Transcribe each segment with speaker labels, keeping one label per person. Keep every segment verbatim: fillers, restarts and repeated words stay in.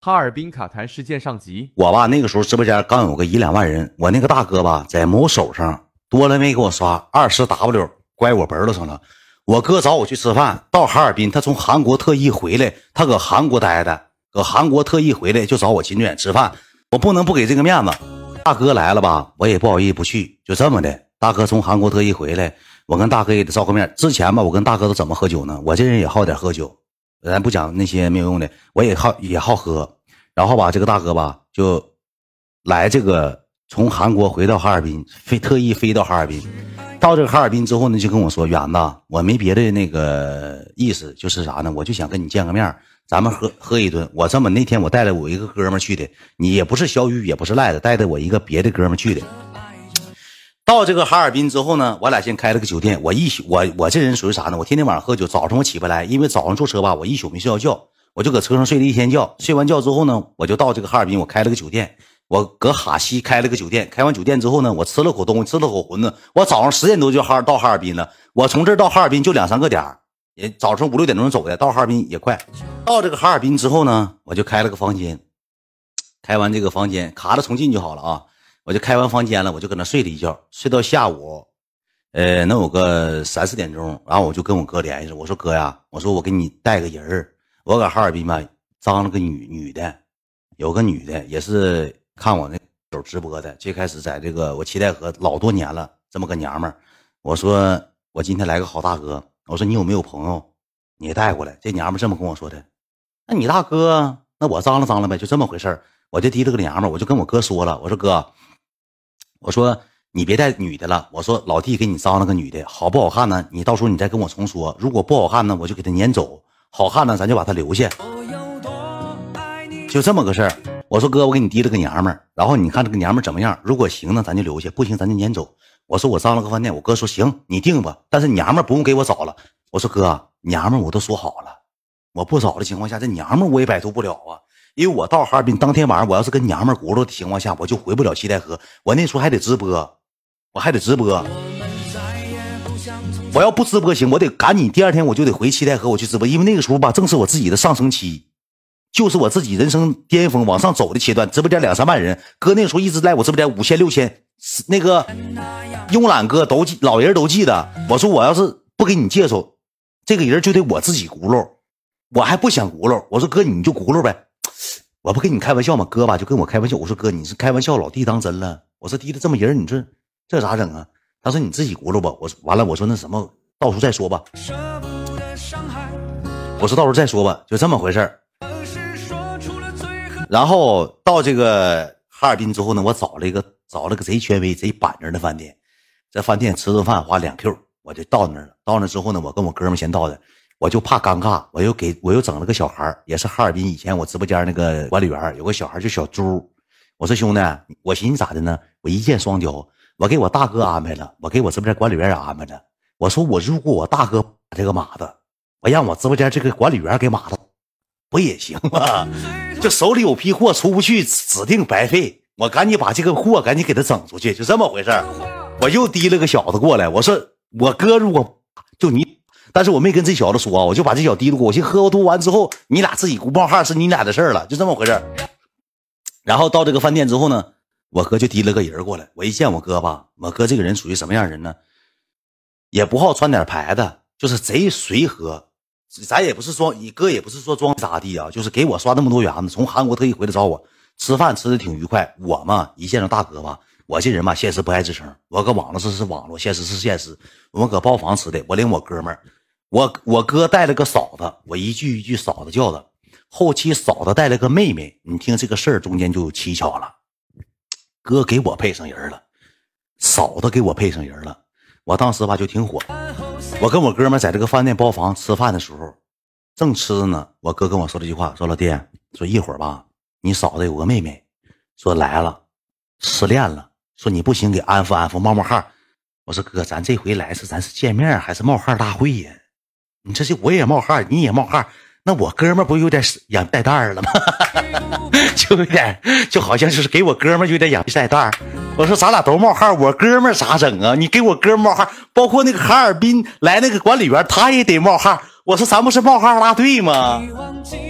Speaker 1: 哈尔滨卡痰事件上集。
Speaker 2: 我吧那个时候直播间刚有个一两万人，我那个大哥吧在某手上多了没给我刷二十 W 乖我本了上了。我哥找我去吃饭，到哈尔滨，他从韩国特意回来，他搁韩国待的，搁韩国特意回来就找我秦远吃饭，我不能不给这个面子。大哥来了吧，我也不好意思不去，就这么的。大哥从韩国特意回来，我跟大哥也得照个面。之前吧，我跟大哥都怎么喝酒呢？我这人也好点喝酒，咱不讲那些没有用的，我也好也好喝。然后吧，这个大哥吧就来这个从韩国回到哈尔滨，飞特意飞到哈尔滨。到这个哈尔滨之后呢，就跟我说远子，我没别的那个意思，就是啥呢，我就想跟你见个面，咱们喝喝一顿。我这么那天我带了我一个哥们去的，你也不是小雨也不是赖的，带着我一个别的哥们去的。到这个哈尔滨之后呢，我俩先开了个酒店。我一宿我我这人属于啥呢，我天天晚上喝酒，早上我起不来，因为早上坐车吧，我一宿没睡着觉，我就搁车上睡了一天觉。睡完觉之后呢，我就到这个哈尔滨，我开了个酒店，我搁哈西开了个酒店。开完酒店之后呢，我吃了口东西，吃了口馄饨，我早上十点多就哈到哈尔滨了。我从这儿到哈尔滨就两三个点，也早上五六点钟走的，到哈尔滨也快。到这个哈尔滨之后呢，我就开了个房间，开完这个房间卡着重进就好了啊。我就开完房间了，我就搁那睡了一觉，睡到下午呃能有个三四点钟，然后我就跟我哥联系，我说哥呀，我说我给你带个人儿，我搁哈尔滨吧张了个女女的，有个女的也是看我那手直播的，最开始在这个我七台河老多年了，这么个娘们儿。我说我今天来个好大哥，我说你有没有朋友你带过来。这娘们儿这么跟我说的，那你大哥，那我张了张了呗，就这么回事儿。我就提了个娘们儿，我就跟我哥说了，我说哥，我说你别带女的了，我说老弟给你张了个女的，好不好看呢？你到时候你再跟我重说，如果不好看呢，我就给他撵走；好看呢，咱就把他留下，就这么个事儿。我说哥，我给你提了个娘们儿，然后你看这个娘们儿怎么样？如果行呢，咱就留下；不行，咱就撵走。我说我张了个饭店，我哥说行，你定吧，但是娘们儿不用给我找了。我说哥，娘们儿我都说好了，我不找的情况下，这娘们儿我也摆脱不了啊。因为我到哈尔滨当天晚上，我要是跟娘们儿轱辘的情况下，我就回不了七台河。我那时候还得直播，我还得直播。我要不直播行，我得赶紧第二天我就得回七台河我去直播，因为那个时候吧，正是我自己的上升期，就是我自己人生巅峰往上走的阶段。直播间两三万人，哥那时候一直来我直播间五千六千，那个慵懒哥都记，老人都记得。我说我要是不给你介绍，这个人就得我自己轱辘，我还不想轱辘。我说哥你就轱辘呗。我不跟你开玩笑吗？哥吧就跟我开玩笑，我说哥你是开玩笑，老弟当真了。我说弟弟这么人，你这这咋整啊？他说你自己轱辘吧。我说完了，我说那什么，到时候再说吧。我说到时候再说吧，就这么回事儿。然后到这个哈尔滨之后呢，我找了一个找了个贼权威、贼板正的饭店。这饭店吃顿饭花两 Q， 我就到那儿了。到那之后呢，我跟我哥们先到的。我就怕尴尬，我又给我又整了个小孩，也是哈尔滨以前我直播间那个管理员，有个小孩叫小猪。我说兄弟，我寻思咋的呢？我一箭双雕，我给我大哥安排了，我给我直播间管理员也安排了。我说我如果我大哥把这个码的，我让我直播间这个管理员给码的，不也行吗？就手里有批货出不去，指定白费。我赶紧把这个货赶紧给他整出去，就这么回事儿。我又提了个小子过来，我说我哥如果就你。但是我没跟这小子说啊，我就把这小滴噜过，我先喝多完之后，你俩自己不冒汗是你俩的事儿了，就这么回事。然后到这个饭店之后呢，我哥就提了个人过来。我一见我哥吧，我哥这个人属于什么样人呢？也不好穿点牌的，就是贼随和。咱也不是说你哥也不是说装咋地啊，就是给我刷那么多元子，从韩国特意回来找我吃饭，吃的挺愉快。我嘛一见着大哥吧，我这人嘛现实不爱吱声，我搁网络是是网络，现实是现实。我们搁包房吃的，我领我哥们儿。我我哥带了个嫂子，我一句一句嫂子叫的。后期嫂子带了个妹妹，你听这个事儿中间就有蹊跷了。哥给我配上人了，嫂子给我配上人了。我当时吧就挺火。我跟我哥们在这个饭店包房吃饭的时候，正吃呢，我哥跟我说了一句话，说老弟，说一会儿吧，你嫂子有个妹妹，说来了，失恋了，说你不行给安抚安抚，冒冒汗。我说哥，咱这回来是咱是见面还是冒汗大会呀？你这是我也冒汗，你也冒汗，那我哥们不有点养带蛋了吗？就有点就好像就是给我哥们有点养带蛋。我说咱俩都冒汗，我哥们咋整啊？你给我哥们冒汗，包括那个哈尔滨来那个管理员他也得冒汗。我说咱不是冒汗大队吗？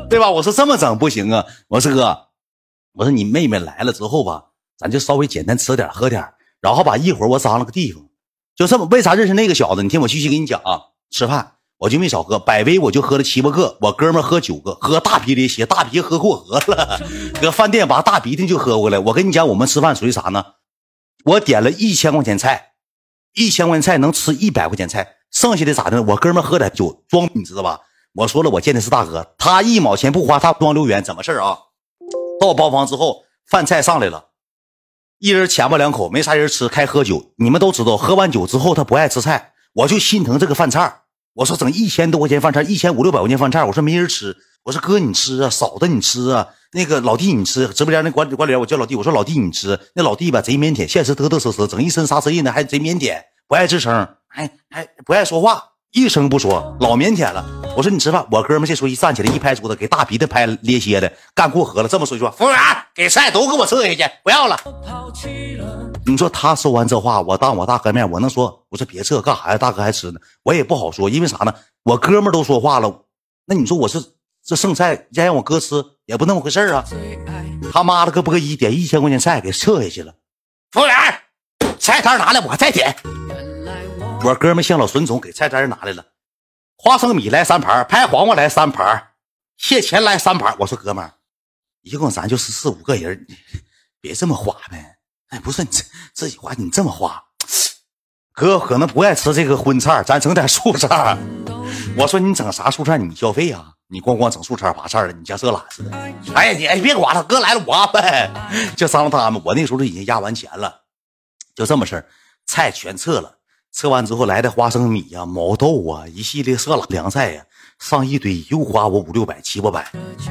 Speaker 2: 对吧？我说这么整不行啊，我说哥，我说你妹妹来了之后吧，咱就稍微简单吃点喝点，然后吧一会儿我找了个地方，就这么。为啥认识那个小子？你听我继续给你讲啊。吃饭我就没少喝，百威我就喝了七八个，我哥们喝九个，喝大啤咧些，大啤喝过河了，搁饭店把大鼻涕就喝过来。我跟你讲，我们吃饭属于啥呢？我点了一千块钱菜，一千块钱菜能吃一百块钱菜，剩下的咋的？我哥们喝点酒装，你知道吧？我说了，我见的是大哥，他一毛钱不花，他装留言，怎么事啊？到包房之后，饭菜上来了，一人前吧两口，没啥人吃，开喝酒。你们都知道，喝完酒之后他不爱吃菜，我就心疼这个饭菜。我说整一千多块钱饭菜，一千五六百块钱饭菜，我说没人吃。我说哥你吃啊，嫂子你吃啊，那个老弟你吃。直播间那管管理员我叫老弟，我说老弟你吃。那老弟吧贼腼腆，现实嘚嘚瑟瑟，整一身刹车印的，还贼腼腆，不爱吱声，还还不爱说话，一声不说，老腼腆了。我说你吃饭，我哥们这时候一站起来一拍桌子，给大鼻子拍咧些的，干过河了。这么说一句话，服务员给菜都给我撤下去，不要了。你说他说完这话，我当我大哥面，我能说我说别撤干啥呀？大哥还吃呢，我也不好说，因为啥呢？我哥们都说话了，那你说我是这剩菜再让我哥吃也不那么回事啊。他妈了个波一点一千块钱菜给撤下去了。服务员菜单拿来我再点。我哥们像老孙总给菜单拿来了，花生米来三盘，拍黄瓜来三盘，蟹钳来三盘。我说哥们儿，一共咱就是四五个人，别这么花呗。哎，不是你自己花，你这么花，哥可能不爱吃这个荤菜，咱整点素菜。我说你整啥素菜？你消费啊？你光光整素菜扒菜的，你家这懒似的。哎呀，你哎别管了，哥来了我安排，就商量他们。我那时候都已经压完钱了，就这么事儿，菜全撤了。撤完之后来的花生米呀、啊、毛豆啊，一系列色凉菜呀、啊，上一堆，又花我五六百七八百，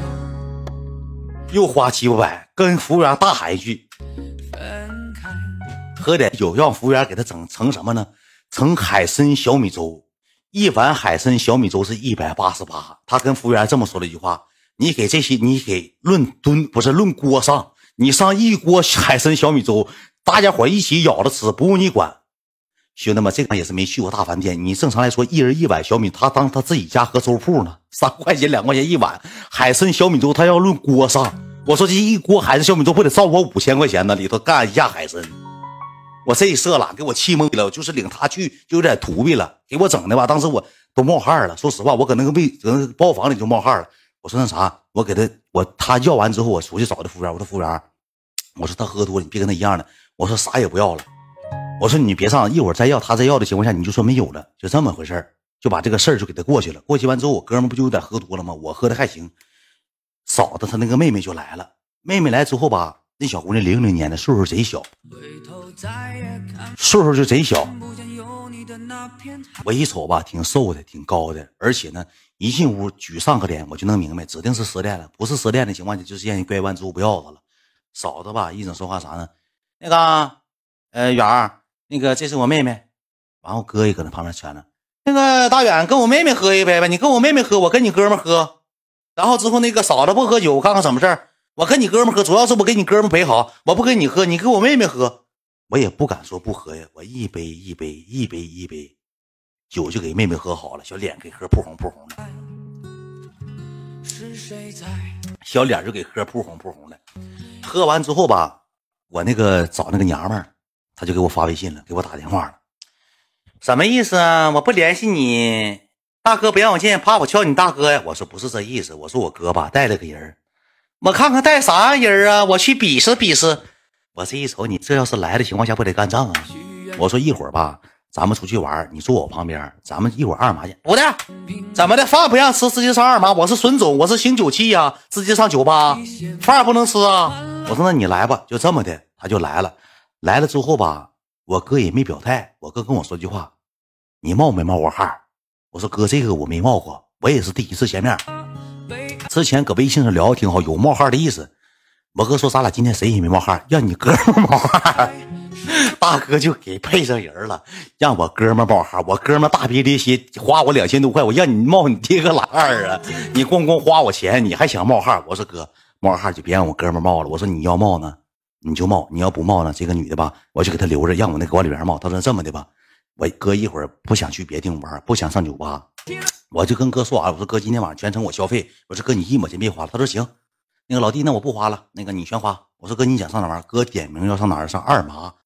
Speaker 2: 又花七八百，跟服务员大喊一句。喝点酒，让服务员给他整成什么呢？成海参小米粥，一碗海参小米粥是一百八十八。他跟服务员这么说了一句话：你给这些，你给论吨不是论锅上，你上一锅海参小米粥，大家伙一起舀着吃，不用你管。兄弟们，这个也是没去过大饭店，你正常来说，一人一碗小米，他当他自己家喝粥铺呢，三块钱两块钱一碗海参小米粥，他要论锅上。我说这一锅海参小米粥不得造我五千块钱呢？里头干一下海参。我这一色懒给我气懵了，就是领他去就有点图逼了，给我整的吧，当时我都冒汗了。说实话，我搁那个位搁那个包房里就冒汗了。我说那啥，我给他我他要完之后，我出去找的服务员，我说服务员，我说他喝多了，你别跟他一样的，我说啥也不要了，我说你别上，一会儿再要，他再要的情况下你就说没有了，就这么回事就把这个事儿就给他过去了。过去完之后，我哥们不就有点喝多了吗？我喝的还行。嫂子他那个妹妹就来了，妹妹来之后吧，那小姑娘零零年的，岁数贼小，岁数就贼小。我一瞅吧，挺瘦的，挺高的，而且呢，一进屋举上个脸，我就能明白，指定是失恋了。不是失恋的情况下，就是让人拐弯之后不要他了。嫂子吧，一整说话啥呢？那个，呃，远儿，那个这是我妹妹。然后哥也搁那旁边劝了，那个大远跟我妹妹喝一杯呗，你跟我妹妹喝，我跟你哥们喝。然后之后那个嫂子不喝酒，看看什么事儿。我跟你哥们喝，主要是我给你哥们陪好，我不跟你喝，你跟我妹妹喝，我也不敢说不喝呀。我一杯一杯一杯一杯酒就给妹妹喝好了，小脸给喝扑红扑红的，小脸就给喝扑红扑红的。喝完之后吧，我那个找那个娘们儿，她就给我发微信了，给我打电话了。什么意思啊？我不联系你，大哥不让我见，怕我敲你大哥呀？我说不是这意思，我说我哥吧带了个人，我看看带啥人啊，我去比试比试。我这一瞅，你这要是来的情况下不得干仗啊？我说一会儿吧，咱们出去玩，你坐我旁边，咱们一会儿二麻去。不的，怎么的？饭不让吃，直接上二麻？我是孙总，我是醒酒气呀、啊，直接上酒吧，饭不能吃啊。我说那你来吧，就这么的，他就来了。来了之后吧，我哥也没表态，我哥跟我说句话，你冒没冒过汗？我说哥，这个我没冒过，我也是第一次见面，之前搁微信上聊的挺好，有冒汗的意思。我哥说咱俩今天谁也没冒汗，让你哥们冒汗。大哥就给配上人了，让我哥们冒汗。我哥们大鼻咧些花我两千多块，我让你冒你爹个老二啊！你光光花我钱，你还想冒汗？我说哥，冒汗就别让我哥们冒了。我说你要冒呢，你就冒；你要不冒呢，这个女的吧，我就给她留着，让我那管理员冒。他说这么的吧，我哥一会儿不想去别地方玩，不想上酒吧， 我就跟哥说完，我说哥今天晚上全程我消费，我说哥你一毛钱别花了。他说行，那个老弟那我不花了，那个你全花。我说哥你想上哪玩？哥点名要上哪儿？上二麻。